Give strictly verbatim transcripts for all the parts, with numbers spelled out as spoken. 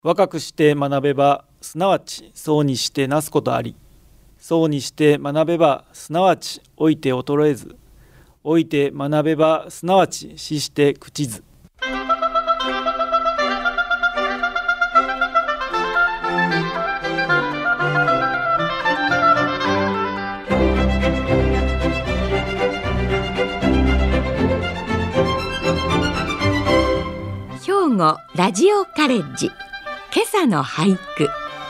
若くして学べばすなわちそうにしてなすことあり、そうにして学べばすなわち老いて衰えず、老いて学べばすなわち死して朽ちず。 兵庫ラジオカレッジ、今朝の俳句。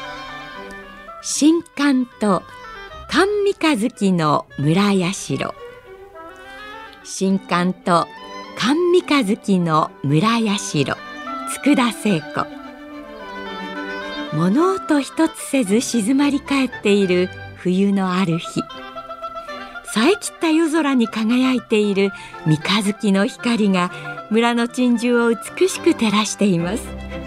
新館と甘三日月の村社。新館と甘三日月の村社、佃聖子。物音一つせず静まり返っている冬のある日、冴え切った夜空に輝いている三日月の光が村の珍獣を美しく照らしています。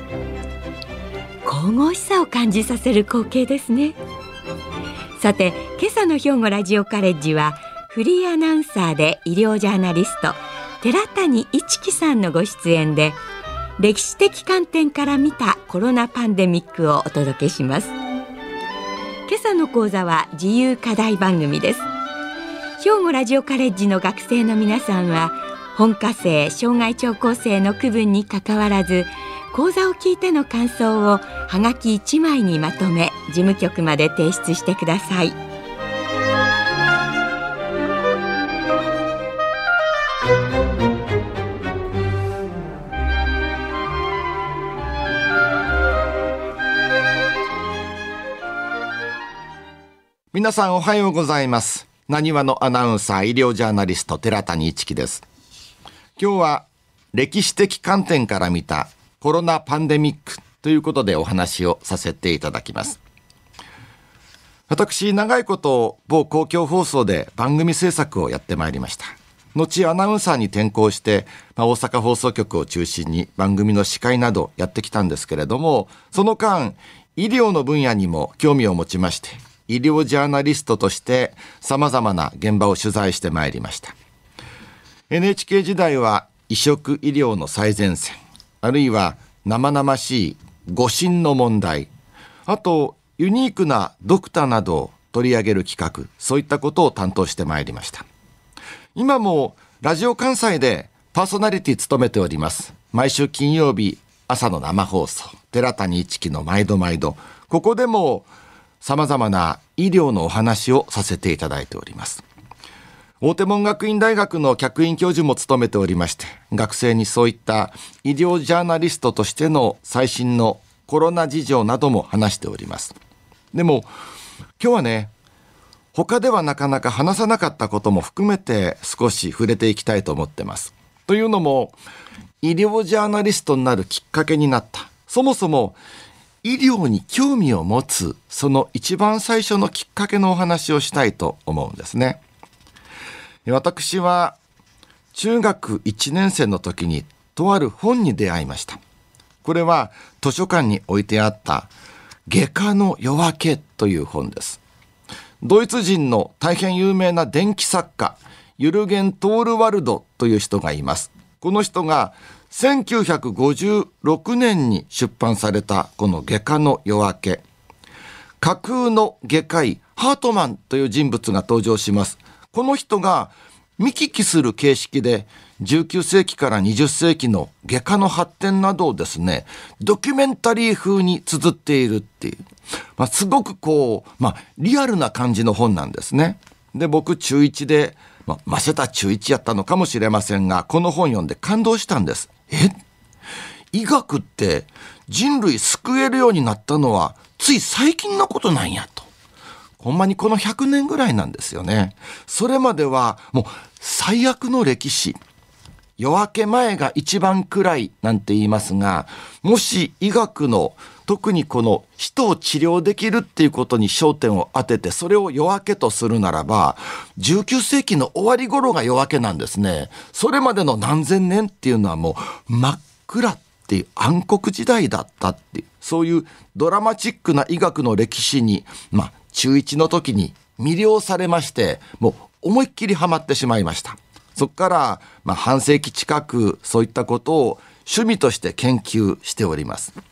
神々しさを感じさせる光景ですね。さて、今朝の兵庫ラジオカレッジはフリーアナウンサーで医療ジャーナリスト寺谷一樹さんのご出演で、歴史的観点から見たコロナパンデミックをお届けします。今朝の講座は自由課題番組です。兵庫ラジオカレッジの学生の皆さんは、本科生、障害聴講生の区分にかかわらず、講座を聞いての感想をはがきいちまいにまとめ、事務局まで提出してください。 皆さんおはようございます。なにわのアナウンサー、医療ジャーナリスト寺谷一樹です。今日は歴史的観点から見たコロナパンデミックということでお話をさせていただきます。私、長いこと某公共放送で番組制作をやってまいりました。後アナウンサーに転向して、まあ、大阪放送局を中心に番組の司会などやってきたんですけれども、その間医療の分野にも興味を持ちまして、医療ジャーナリストとして様々な現場を取材してまいりました。 エヌエイチケー 時代は移植医療の最前線、あるいは生々しい誤診の問題、あとユニークなドクターなどを取り上げる企画、そういったことを担当してまいりました。今もラジオ関西でパーソナリティ務めております。毎週金曜日朝の生放送、寺谷一樹の毎度毎度、ここでも様々な医療のお話をさせていただいております。大手門学院大学の客員教授も務めておりまして、学生にそういった医療ジャーナリストとしての最新のコロナ事情なども話しております。でも今日はね、他ではなかなか話さなかったことも含めて少し触れていきたいと思ってます。というのも、医療ジャーナリストになるきっかけになった、そもそも医療に興味を持つその一番最初のきっかけのお話をしたいと思うんですね。私は中学いちねん生の時にとある本に出会いました。これは図書館に置いてあった外科の夜明けという本です。ドイツ人の大変有名な伝記作家ユルゲン・トールワルドという人がいます。この人がせんきゅうひゃくごじゅうろくねんに出版されたこの外科の夜明け、架空の外科医ハートマンという人物が登場します。この人が見聞きする形式でじゅうきゅうせいきからにじゅっせいきの外科の発展などをですね、ドキュメンタリー風に綴っているっていう、まあ、すごくこう、まあ、リアルな感じの本なんですね。で、僕中いちで、まあ、ませた中いちやったのかもしれませんが、この本読んで感動したんです。え、医学って人類救えるようになったのはつい最近のことなんやと。ほんまにこのひゃくねんぐらいなんですよね。それまではもう最悪の歴史、夜明け前が一番暗いなんて言いますが、もし医学の特にこの人を治療できるっていうことに焦点を当てて、それを夜明けとするならば、じゅうきゅうせいきの終わり頃が夜明けなんですね。それまでの何千年っていうのはもう真っ暗っていう暗黒時代だったっていう、そういうドラマチックな医学の歴史に、まあ中いちの時に魅了されまして、もう思いっきりハマってしまいました。そこから、まあ、半世紀近くそういったことを趣味として研究しております。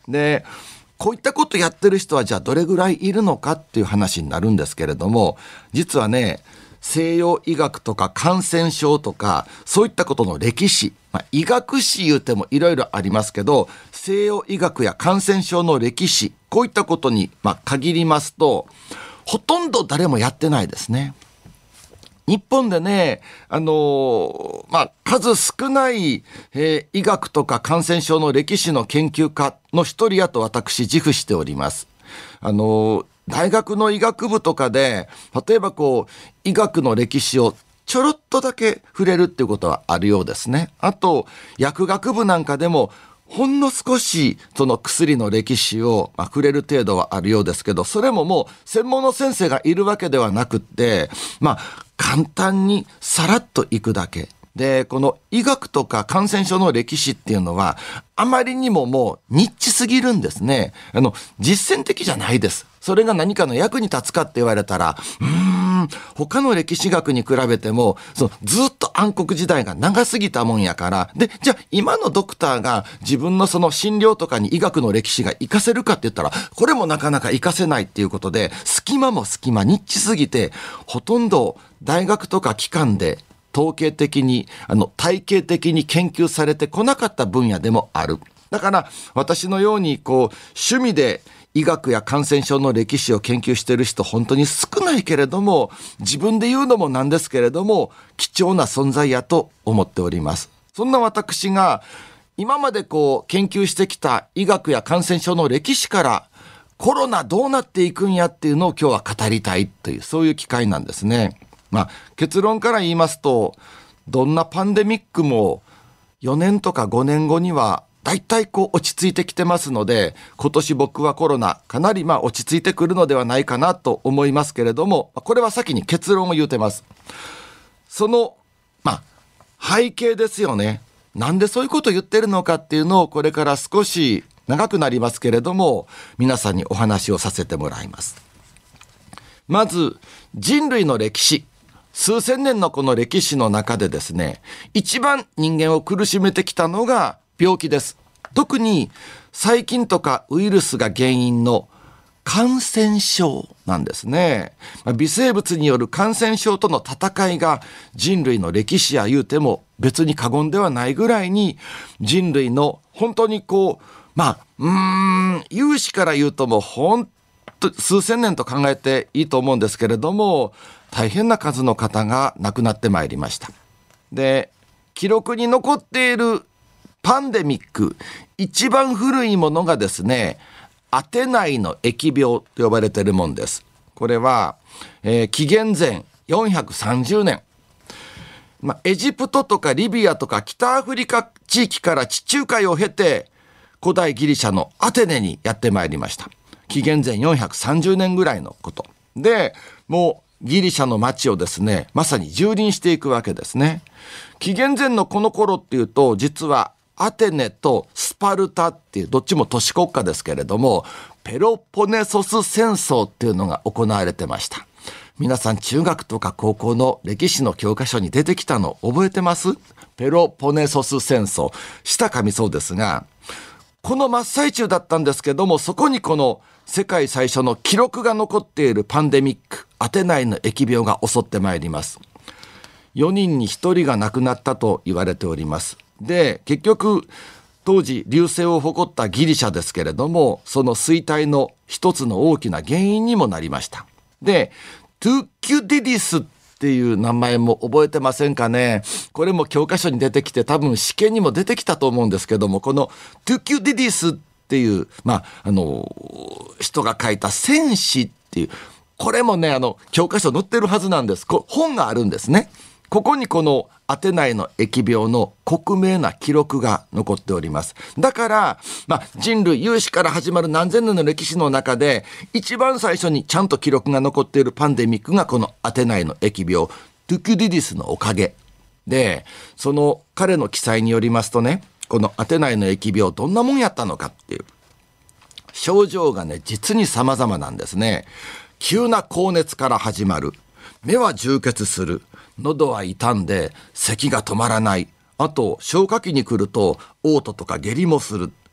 でこういったことやってる人はじゃあどれぐらいいるのかっていう話になるんですけれども、実はね、西洋医学とか感染症とかそういったことの歴史、まあ、医学史言うてもいろいろありますけど、西洋医学や感染症の歴史、こういったことにまあ限りますとほとんど誰もやってないですね。日本でね、あのー、まあ、数少ない、えー、医学とか感染症の歴史の研究家の一人やと私自負しております。あのー、大学の医学部とかで、例えばこう、医学の歴史をちょろっとだけ触れるっていうことはあるようですね。あと、薬学部なんかでも、ほんの少しその薬の歴史を、まあ、触れる程度はあるようですけど、それももう専門の先生がいるわけではなくって、まあ簡単にさらっといくだけで、この医学とか感染症の歴史っていうのはあまりにももうニッチすぎるんですね。あの実践的じゃないです。それが何かの役に立つかって言われたら、うーん他の歴史学に比べてもそのずっと暗黒時代が長すぎたもんやから、でじゃあ今のドクターが自分のその診療とかに医学の歴史が活かせるかって言ったら、これもなかなか活かせないっていうことで、隙間も隙間ニッチすぎて、ほとんど大学とか機関で統計的にあの体系的に研究されてこなかった分野でもある。だから私のようにこう趣味で医学や感染症の歴史を研究している人本当に少ないけれども、自分で言うのもなんですけれども貴重な存在やと思っております。そんな私が今までこう研究してきた医学や感染症の歴史からコロナどうなっていくんやっていうのを今日は語りたいという、そういう機会なんですね。まあ、結論から言いますと、どんなパンデミックもよねんとかごねんごにはだいたいこう落ち着いてきてますので、今年僕はコロナかなりまあ落ち着いてくるのではないかなと思いますけれども、これは先に結論を言うてます。そのまあ背景ですよね。なんでそういうことを言ってるのかっていうのをこれから少し長くなりますけれども皆さんにお話をさせてもらいます。まず人類の歴史、数千年のこの歴史の中でですね、一番人間を苦しめてきたのが病気です。特に細菌とかウイルスが原因の感染症なんですね。微生物による感染症との戦いが人類の歴史や言うても別に過言ではないぐらいに、人類の本当にこうまあうーん有史から言うともう本当数千年と考えていいと思うんですけれども、大変な数の方が亡くなってまいりました。で、記録に残っているパンデミック、一番古いものがですね、アテナイの疫病と呼ばれているもんです。これは、えー、紀元前よんひゃくさんじゅうねん、まあ、エジプトとかリビアとか北アフリカ地域から地中海を経て古代ギリシャのアテネにやってまいりました。紀元前よんひゃくさんじゅうねんぐらいのことで、もうギリシャの町をですねまさに蹂躙していくわけですね。紀元前のこの頃っていうと、実はアテネとスパルタっていうどっちも都市国家ですけれども、ペロポネソス戦争っていうのが行われてました。皆さん中学とか高校の歴史の教科書に出てきたの覚えてます？ペロポネソス戦争、舌噛みそうですが、この真っ最中だったんですけども、そこにこの世界最初の記録が残っているパンデミック、アテナイの疫病が襲ってまいります。よにんにひとりが亡くなったと言われております。で、結局当時隆盛を誇ったギリシャですけれども、その衰退の一つの大きな原因にもなりました。で、トゥキュディディスっていう名前も覚えてませんかね。これも教科書に出てきて、多分試験にも出てきたと思うんですけども、このトゥキュディディスっていう、まあ、あの人が書いた戦史っていう、これもねあの教科書載ってるはずなんです。こ本があるんですね。ここにこのアテナイの疫病の克明な記録が残っております。だから、まあ、人類有史から始まる何千年の歴史の中で一番最初にちゃんと記録が残っているパンデミックがこのアテナイの疫病、トゥキュディディスのおかげで、その彼の記載によりますとね、このアテナイの疫病どんなもんやったのかっていう症状がね実に様々なんですね。急な高熱から始まる、目は充血する、喉は痛んで咳が止まらない、あと消化器に来ると嘔吐とか下痢もする、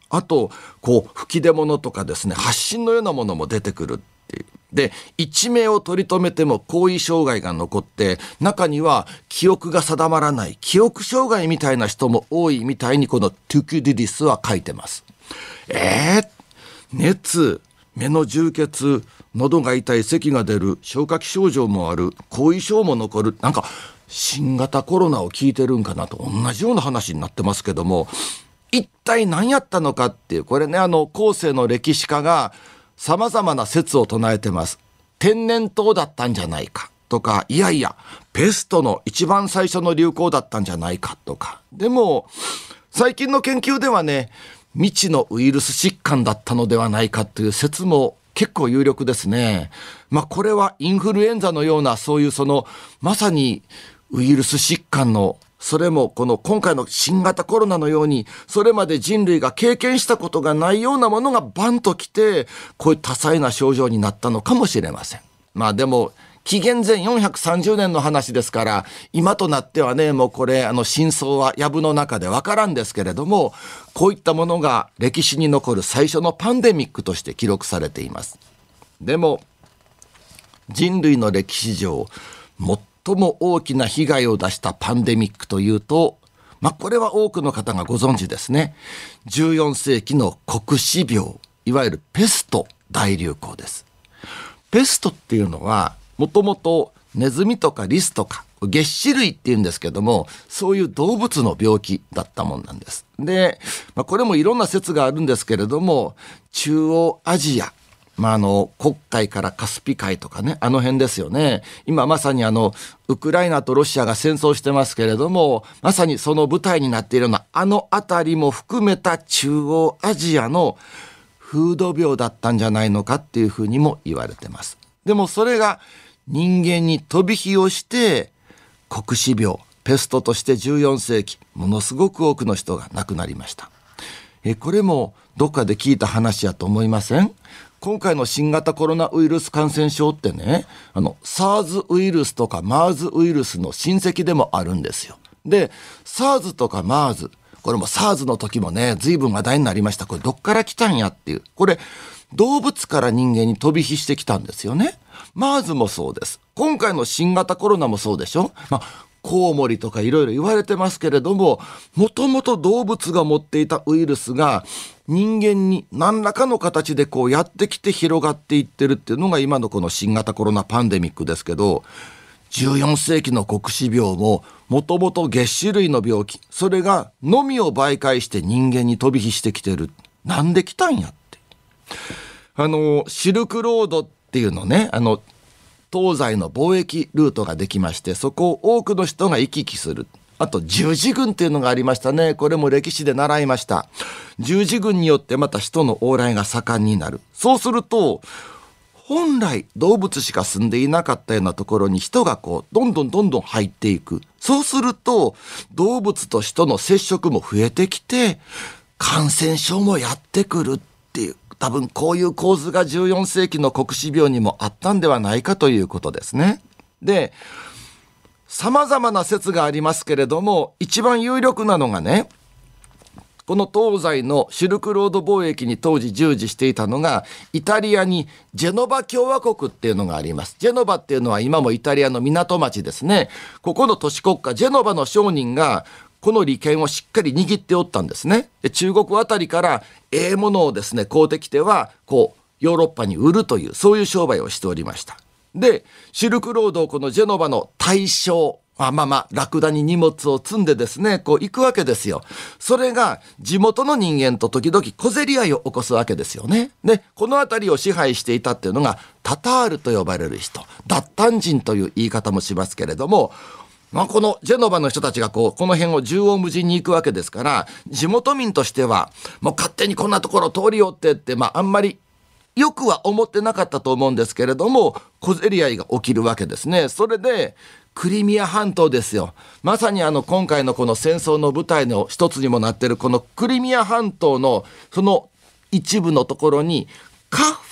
あとこう吹き出物とかですね、発疹のようなものも出てくるっていう。で一命を取り留めても後遺障害が残って、中には記憶が定まらない記憶障害みたいな人も多いみたいに、このトゥキュディディスは書いてます。えー、熱、目の充血、喉が痛い、咳が出る、消化器症状もある、後遺症も残る、なんか新型コロナを聞いてるんかなと同じような話になってますけども、一体何やったのかっていう、これね、あの後世の歴史家がさまざまな説を唱えてます。天然痘だったんじゃないかとか、いやいやペストの一番最初の流行だったんじゃないかとか。でも最近の研究ではね、未知のウイルス疾患だったのではないかという説も結構有力ですね。まあこれはインフルエンザのような、そういうそのまさにウイルス疾患の、それもこの今回の新型コロナのように、それまで人類が経験したことがないようなものがバンときて、こういう多彩な症状になったのかもしれません。まあでも紀元前よんひゃくさんじゅうねんの話ですから、今となってはね、もうこれあの真相は藪の中でわからんですけれども、こういったものが歴史に残る最初のパンデミックとして記録されています。でも人類の歴史上最も大きな被害を出したパンデミックというと、まあこれは多くの方がご存知ですね。じゅうよんせいきの黒死病、いわゆるペスト大流行です。ペストっていうのはもともとネズミとかリスとか齧歯類っていうんですけども、そういう動物の病気だったもんなんです。で、まあ、これもいろんな説があるんですけれども、中央アジア、まあ、あの黒海からカスピ海とかね、あの辺ですよね。今まさにあのウクライナとロシアが戦争してますけれども、まさにその舞台になっているようなあの辺りも含めた中央アジアの風土病だったんじゃないのかっていうふうにも言われてます。でもそれが人間に飛び火をして黒死病、ペストとしてじゅうよんせいきものすごく多くの人が亡くなりました。えこれもどっかで聞いた話やと思いません？今回の新型コロナウイルス感染症ってね、あの SARS ウイルスとか MERS ウイルスの親戚でもあるんですよ。で SARS とか MERS、 これも SARS の時もね随分話題になりました。これどっから来たんやっていう、これ動物から人間に飛び火してきたんですよね。MERS もそうです。今回の新型コロナもそうでしょ。まあコウモリとかいろいろ言われてますけれども、もともと動物が持っていたウイルスが人間に何らかの形でこうやってきて広がっていってるっていうのが今のこの新型コロナパンデミックですけど、じゅうよんせいきの黒死病ももともと齧歯類の病気、それがのみを媒介して人間に飛び火してきてる。なんで来たんやって。あのシルクロードっていうのね、あの東西の貿易ルートができまして、そこを多くの人が行き来する。あと十字軍っていうのがありましたね。これも歴史で習いました。十字軍によってまた人の往来が盛んになる。そうすると本来動物しか住んでいなかったようなところに人がこうどんどんどんどん入っていく。そうすると動物と人の接触も増えてきて感染症もやってくるっていう、多分こういう構図がじゅうよんせいきの黒死病にもあったんではないかということですね。で、様々な説がありますけれども、一番有力なのがね、この東西のシルクロード貿易に当時従事していたのが、イタリアにジェノバ共和国っていうのがあります。ジェノバっていうのは今もイタリアの港町ですね。ここの都市国家ジェノバの商人がこの利権をしっかり握っておったんですね。で中国あたりからええものをですね買うてきてはこうヨーロッパに売るという、そういう商売をしておりました。でシルクロードをこのジェノバの大将、まあまあまあラクダに荷物を積んでですねこう行くわけですよ。それが地元の人間と時々小競り合いを起こすわけですよね。でこの辺りを支配していたっていうのがタタールと呼ばれる人、脱炭人という言い方もしますけれども、まあ、このジェノバの人たちがこうこの辺を縦横無尽に行くわけですから、地元民としてはもう勝手にこんなところ通り寄ってって、まあ、あんまりよくは思ってなかったと思うんですけれども、小競り合いが起きるわけですね。それでクリミア半島ですよ。まさにあの今回のこの戦争の舞台の一つにもなっているこのクリミア半島のその一部のところにカ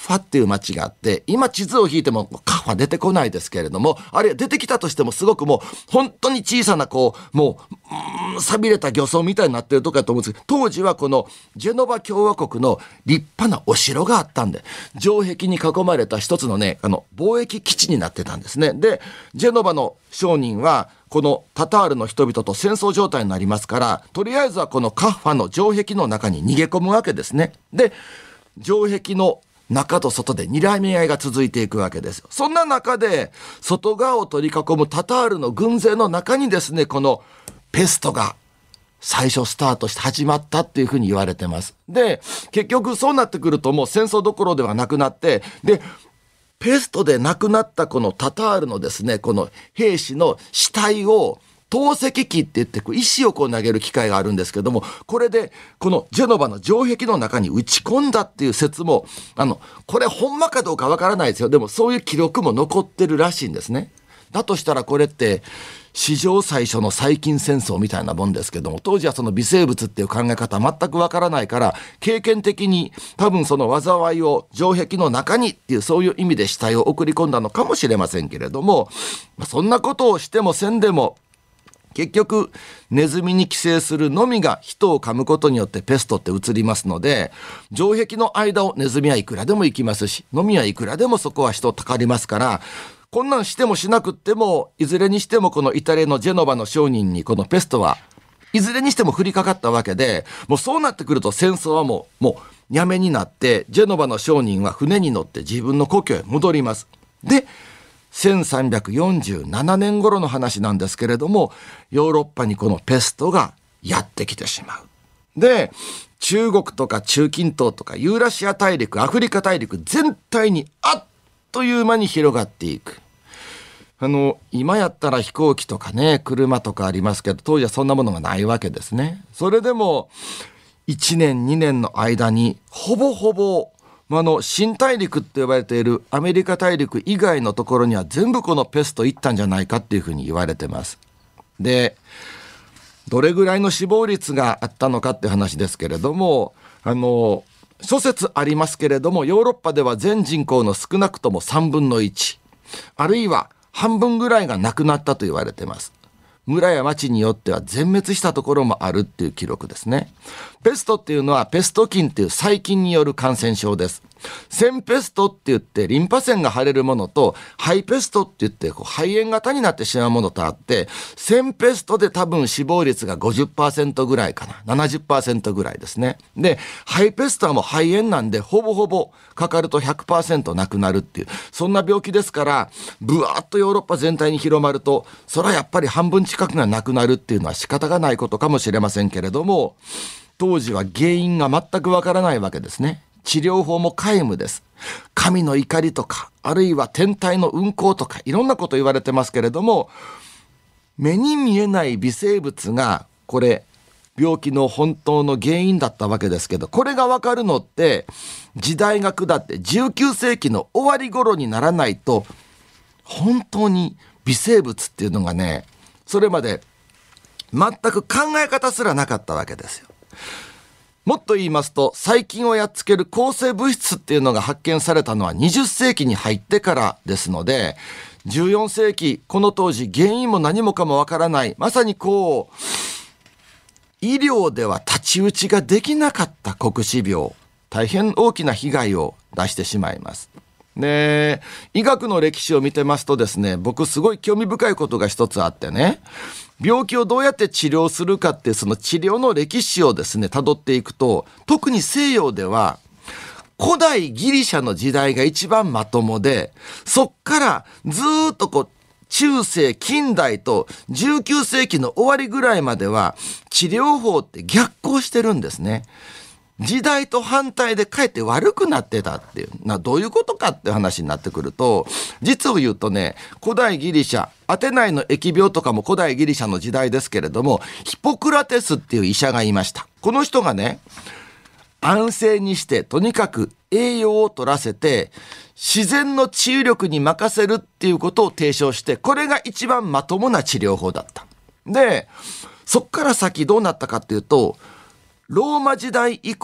ファっていう町があって、今地図を引いてもカッファ出てこないですけれども、あるいは出てきたとしてもすごくもう本当に小さなこうもう、うーん、錆びれた漁村みたいになってるとこだと思うんですけど、当時はこのジェノバ共和国の立派なお城があったんで、城壁に囲まれた一つのね、あの貿易基地になってたんですね。でジェノバの商人はこのタタールの人々と戦争状態になりますから、とりあえずはこのカッファの城壁の中に逃げ込むわけですね。で城壁の中と外で睨み合いが続いていくわけですよ。そんな中で外側を取り囲むタタールの軍勢の中にですね、このペストが最初スタートして始まったっていうふうに言われてます。で結局そうなってくるともう戦争どころではなくなって、でペストで亡くなったこのタタールのですね、この兵士の死体を投石機って言ってこう石をこう投げる機械があるんですけども、これでこのジェノバの城壁の中に打ち込んだっていう説も、あのこれほんまかどうかわからないですよ。でもそういう記録も残ってるらしいんですね。だとしたらこれって史上最初の細菌戦争みたいなもんですけども、当時はその微生物っていう考え方全くわからないから、経験的に多分その災いを城壁の中にっていうそういう意味で死体を送り込んだのかもしれませんけれども、そんなことをしてもせんでも結局ネズミに寄生するのみが人を噛むことによってペストって移りますので、城壁の間をネズミはいくらでも行きますし、のみはいくらでもそこは人たかりますから、こんなんしてもしなくってもいずれにしてもこのイタリアのジェノバの商人にこのペストはいずれにしても降りかかったわけで、もうそうなってくると戦争はもうもうやめになって、ジェノバの商人は船に乗って自分の故郷へ戻ります。でせんさんびゃくよんじゅうななねん頃の話なんですけれども、ヨーロッパにこのペストがやってきてしまう。で中国とか中近東とかユーラシア大陸、アフリカ大陸全体にあっという間に広がっていく。あの今やったら飛行機とかね、車とかありますけど、当時はそんなものがないわけですね。それでもいちねんにねんの間にほぼほぼあの新大陸って呼ばれているアメリカ大陸以外のところには全部このペスト行ったんじゃないかっていうふうに言われてます。でどれぐらいの死亡率があったのかって話ですけれども、あの諸説ありますけれども、ヨーロッパでは全人口の少なくともさんぶんのいち、あるいは半分ぐらいが亡くなったと言われています。村や町によっては全滅したところもあるっていう記録ですね。ペストっていうのはペスト菌っていう細菌による感染症です。腺ペストって言ってリンパ腺が腫れるものと、肺ペストって言ってこう肺炎型になってしまうものとあって、腺ペストで多分死亡率が ごじゅっパーセント ぐらいかな、ななじゅっパーセント ぐらいですね。で肺ペストはもう肺炎なんでほぼほぼかかると ひゃくパーセント なくなるっていう、そんな病気ですから、ブワーッとヨーロッパ全体に広まると、それはやっぱり半分近くがなくなるっていうのは仕方がないことかもしれませんけれども、当時は原因が全くわからないわけですね。治療法も皆無です。神の怒りとか、あるいは天体の運行とか、いろんなこと言われてますけれども、目に見えない微生物がこれ病気の本当の原因だったわけですけど、これがわかるのって時代が下ってじゅうきゅうせいきの終わり頃にならないと、本当に微生物っていうのがね、それまで全く考え方すらなかったわけですよ。もっと言いますと、細菌をやっつける抗生物質っていうのが発見されたのはにじゅっせいきに入ってからですので、じゅうよんせいき、この当時原因も何もかもわからない、まさにこう医療では太刀打ちができなかった黒死病、大変大きな被害を出してしまいます。で医学の歴史を見てますとですね、僕すごい興味深いことが一つあってね、病気をどうやって治療するかって、その治療の歴史をですね辿っていくと、特に西洋では古代ギリシャの時代が一番まともで、そっからずっとこう中世近代とじゅうきゅうせいきの終わりぐらいまでは治療法って逆行してるんですね。時代と反対でかえって悪くなってたっていうな、どういうことかって話になってくると、実を言うとね、古代ギリシャ、アテナイの疫病とかも古代ギリシャの時代ですけれども、ヒポクラテスっていう医者がいました。この人がね、安静にしてとにかく栄養を取らせて自然の治癒力に任せるっていうことを提唱して、これが一番まともな治療法だった。でそっから先どうなったかっていうと、ローマ時代以降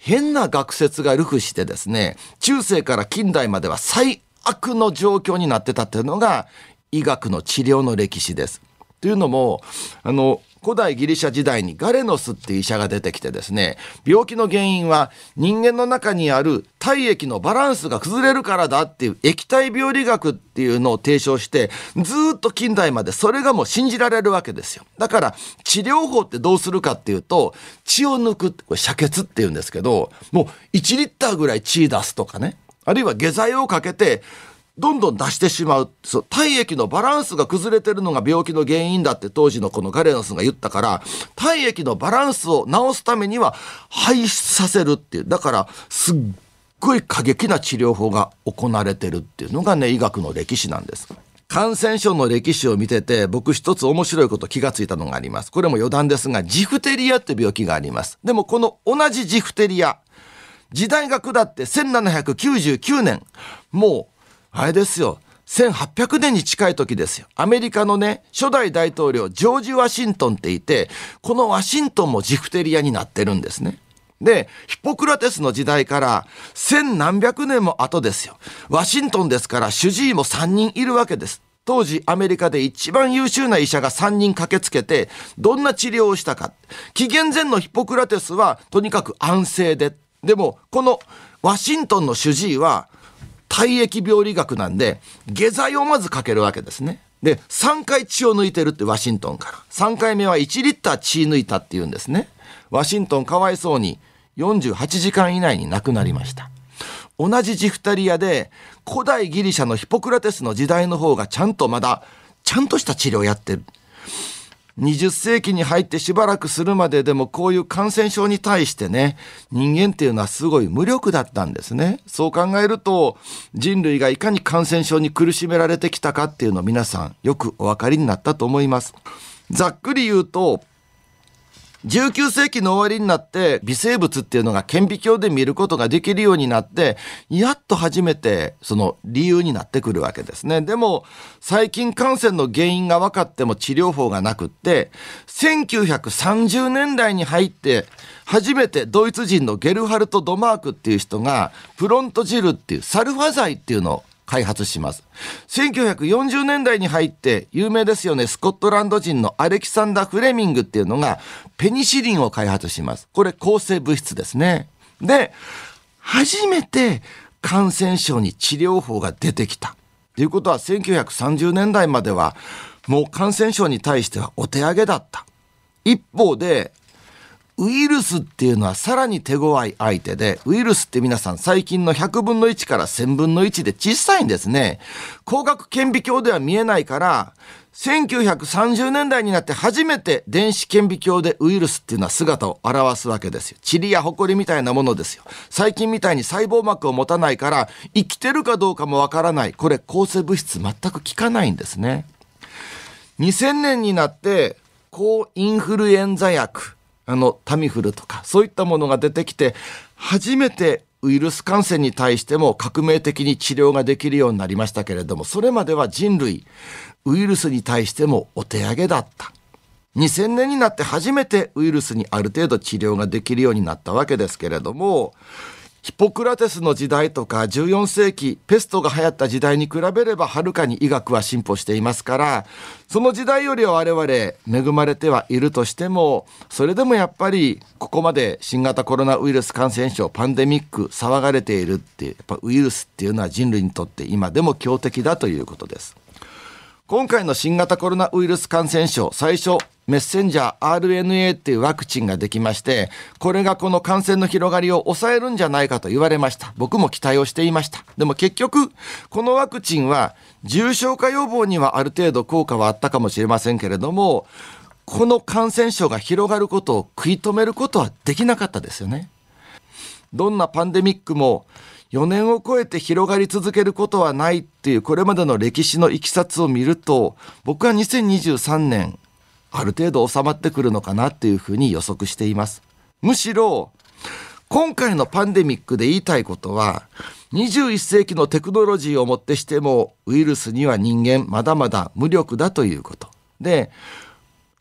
変な学説が流布してですね、中世から近代までは最悪の状況になってたというのが医学の治療の歴史です。というのも、あの古代ギリシャ時代にガレノスっていう医者が出てきてですね、病気の原因は人間の中にある体液のバランスが崩れるからだっていう液体病理学っていうのを提唱して、ずっと近代までそれがもう信じられるわけですよ。だから治療法ってどうするかっていうと、血を抜く、これ遮血っていうんですけど、もういちリッターぐらい血出すとかね、あるいは下剤をかけてどんどん出してしまう。そう、体液のバランスが崩れてるのが病気の原因だって当時のこのガレノスが言ったから、体液のバランスを直すためには排出させるっていう、だからすっごい過激な治療法が行われてるっていうのがね、医学の歴史なんです。感染症の歴史を見てて、僕一つ面白いこと気がついたのがあります。これも余談ですが、ジフテリアって病気があります。でもこの同じジフテリア、時代が下ってせんななひゃくきゅうじゅうきゅうねん、もうあれですよ、せんはっぴゃくねんに近い時ですよ。アメリカのね、初代大統領ジョージ・ワシントンっていて、このワシントンもジフテリアになってるんですね。で、ヒポクラテスの時代から千何百年も後ですよ。ワシントンですから主治医もさんにんいるわけです。当時アメリカで一番優秀な医者がさんにん駆けつけて、どんな治療をしたか。紀元前のヒポクラテスはとにかく安静で、でもこのワシントンの主治医は体液病理学なんで、下剤をまずかけるわけですね。で、さんかい血を抜いてるってワシントンから。さんかいめはいちリッター血抜いたっていうんですね。ワシントンかわいそうによんじゅうはちじかん以内に亡くなりました。同じジフテリアで、古代ギリシャのヒポクラテスの時代の方がちゃんとまだ、ちゃんとした治療をやってる。にじゅっせいきに入ってしばらくするまででもこういう感染症に対してね、人間っていうのはすごい無力だったんですね。そう考えると、人類がいかに感染症に苦しめられてきたかっていうのを皆さんよくお分かりになったと思います。ざっくり言うと、じゅうきゅうせいきの終わりになって微生物っていうのが顕微鏡で見ることができるようになって、やっと初めてその理由になってくるわけですね。でも細菌感染の原因が分かっても治療法がなくって、せんきゅうひゃくさんじゅうねんだいに入って初めてドイツ人のゲルハルト・ドマークっていう人がプロントジルっていうサルファ剤っていうのを開発します。せんきゅうひゃくよんじゅうねんだいに入って有名ですよね、スコットランド人のアレキサンダー・フレミングっていうのがペニシリンを開発します。これ抗生物質ですね。で、初めて感染症に治療法が出てきたということは、せんきゅうひゃくさんじゅうねんだいまではもう感染症に対してはお手上げだった。一方でウイルスっていうのはさらに手強い相手で、ウイルスって皆さん細菌のひゃくぶんのいちからせんぶんのいちで小さいんですね。光学顕微鏡では見えないから、せんきゅうひゃくさんじゅうねんだいになって初めて電子顕微鏡でウイルスっていうのは姿を現すわけですよ。塵や埃みたいなものですよ。細菌みたいに細胞膜を持たないから生きてるかどうかもわからない。これ抗生物質全く効かないんですね。にせんねんになって抗インフルエンザ薬、あのタミフルとかそういったものが出てきて、初めてウイルス感染に対しても革命的に治療ができるようになりましたけれども、それまでは人類ウイルスに対してもお手上げだった。にせんねんになって初めてウイルスにある程度治療ができるようになったわけですけれども、ヒポクラテスの時代とかじゅうよんせいきペストが流行った時代に比べればはるかに医学は進歩していますから、その時代よりは我々恵まれてはいるとしても、それでもやっぱりここまで新型コロナウイルス感染症パンデミック騒がれているって、やっぱウイルスっていうのは人類にとって今でも強敵だということです。今回の新型コロナウイルス感染症、最初メッセンジャー アールエヌエー っていうワクチンができまして、これがこの感染の広がりを抑えるんじゃないかと言われました。僕も期待をしていました。でも結局このワクチンは重症化予防にはある程度効果はあったかもしれませんけれども、この感染症が広がることを食い止めることはできなかったですよね。どんなパンデミックもよねんを超えて広がり続けることはないっていうこれまでの歴史のいきさつを見ると、僕はにせんにじゅうさんねんある程度収まってくるのかなっていうふうに予測しています。むしろ今回のパンデミックで言いたいことは、にじゅういっせいきのテクノロジーをもってしてもウイルスには人間まだまだ無力だということで、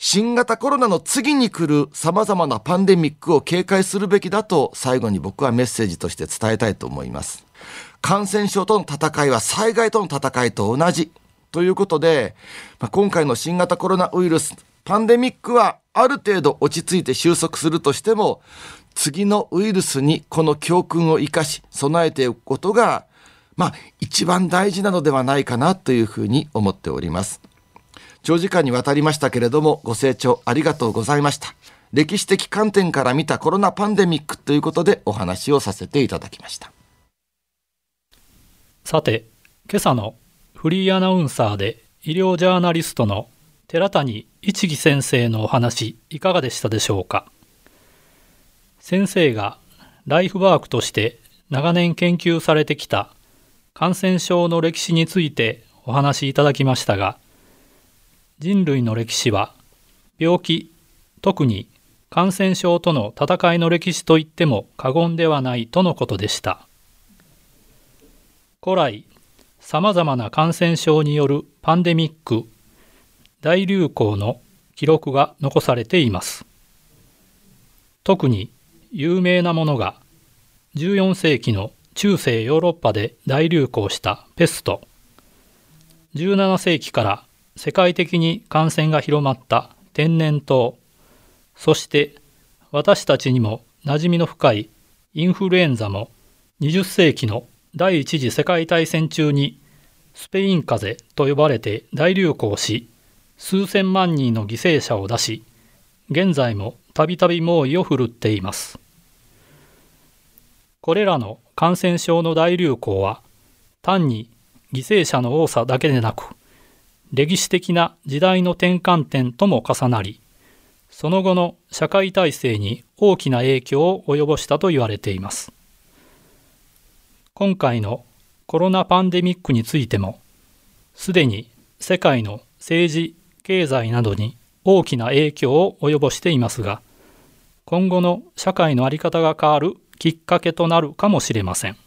新型コロナの次に来る様々なパンデミックを警戒するべきだと最後に僕はメッセージとして伝えたいと思います。感染症との戦いは災害との戦いと同じということで、まあ、今回の新型コロナウイルスパンデミックはある程度落ち着いて収束するとしても、次のウイルスにこの教訓を生かし備えておくことが、まあ一番大事なのではないかなというふうに思っております。長時間にわたりましたけれども、ご清聴ありがとうございました。歴史的観点から見たコロナパンデミックということでお話をさせていただきました。 さて、今朝のフリーアナウンサーで医療ジャーナリストの寺谷一樹先生のお話いかがでしたでしょうか。先生がライフワークとして長年研究されてきた感染症の歴史についてお話しいただきましたが、人類の歴史は病気、特に感染症との戦いの歴史と言っても過言ではないとのことでした。古来、さまざまな感染症によるパンデミック、大流行の記録が残されています。特に有名なものがじゅうよん世紀の中世ヨーロッパで大流行したペスト、じゅうなな世紀から世界的に感染が広まった天然痘、そして私たちにも馴染みの深いインフルエンザもにじゅっ世紀の第一次世界大戦中にスペイン風邪と呼ばれて大流行し、数千万人の犠牲者を出し、現在もたびたび猛威を振るっています。これらの感染症の大流行は、単に犠牲者の多さだけでなく、歴史的な時代の転換点とも重なり、その後の社会体制に大きな影響を及ぼしたと言われています。今回のコロナパンデミックについても、すでに世界の政治、経済などに大きな影響を及ぼしていますが、今後の社会の在り方が変わるきっかけとなるかもしれません。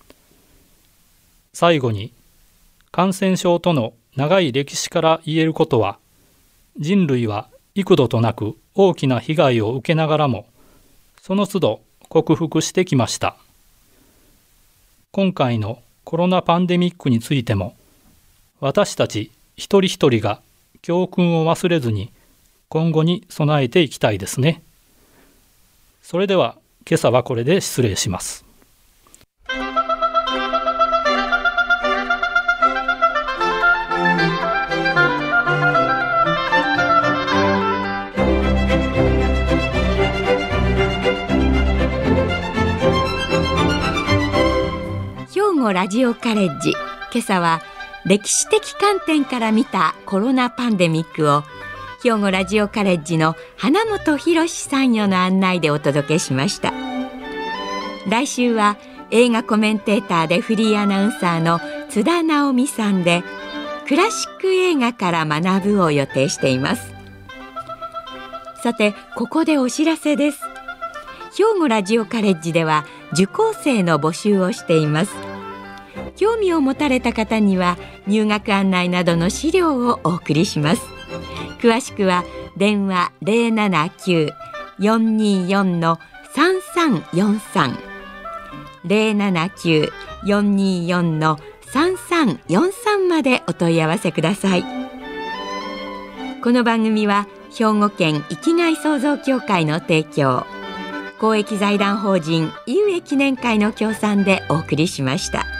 最後に、感染症との長い歴史から言えることは、人類は幾度となく大きな被害を受けながらも、その都度克服してきました。今回のコロナパンデミックについても、私たち一人一人が教訓を忘れずに今後に備えていきたいですね。それでは今朝はこれで失礼します。 兵庫ラジオカレッジ、今朝は歴史的観点から見たコロナパンデミックを兵庫ラジオカレッジの花本博参与の案内でお届けしました。来週は映画コメンテーターでフリーアナウンサーの津田直美さんで、クラシック映画から学ぶを予定しています。さて、ここでお知らせです。兵庫ラジオカレッジでは受講生の募集をしています。興味を持たれた方には入学案内などの資料をお送りします。詳しくは電話 ゼロななきゅう よんにーよん さんさんよんさん ゼロななきゅう よんにーよん さんさんよんさんまでお問い合わせください。この番組は兵庫県生きがい創造協会の提供、公益財団法人井上記念会の協賛でお送りしました。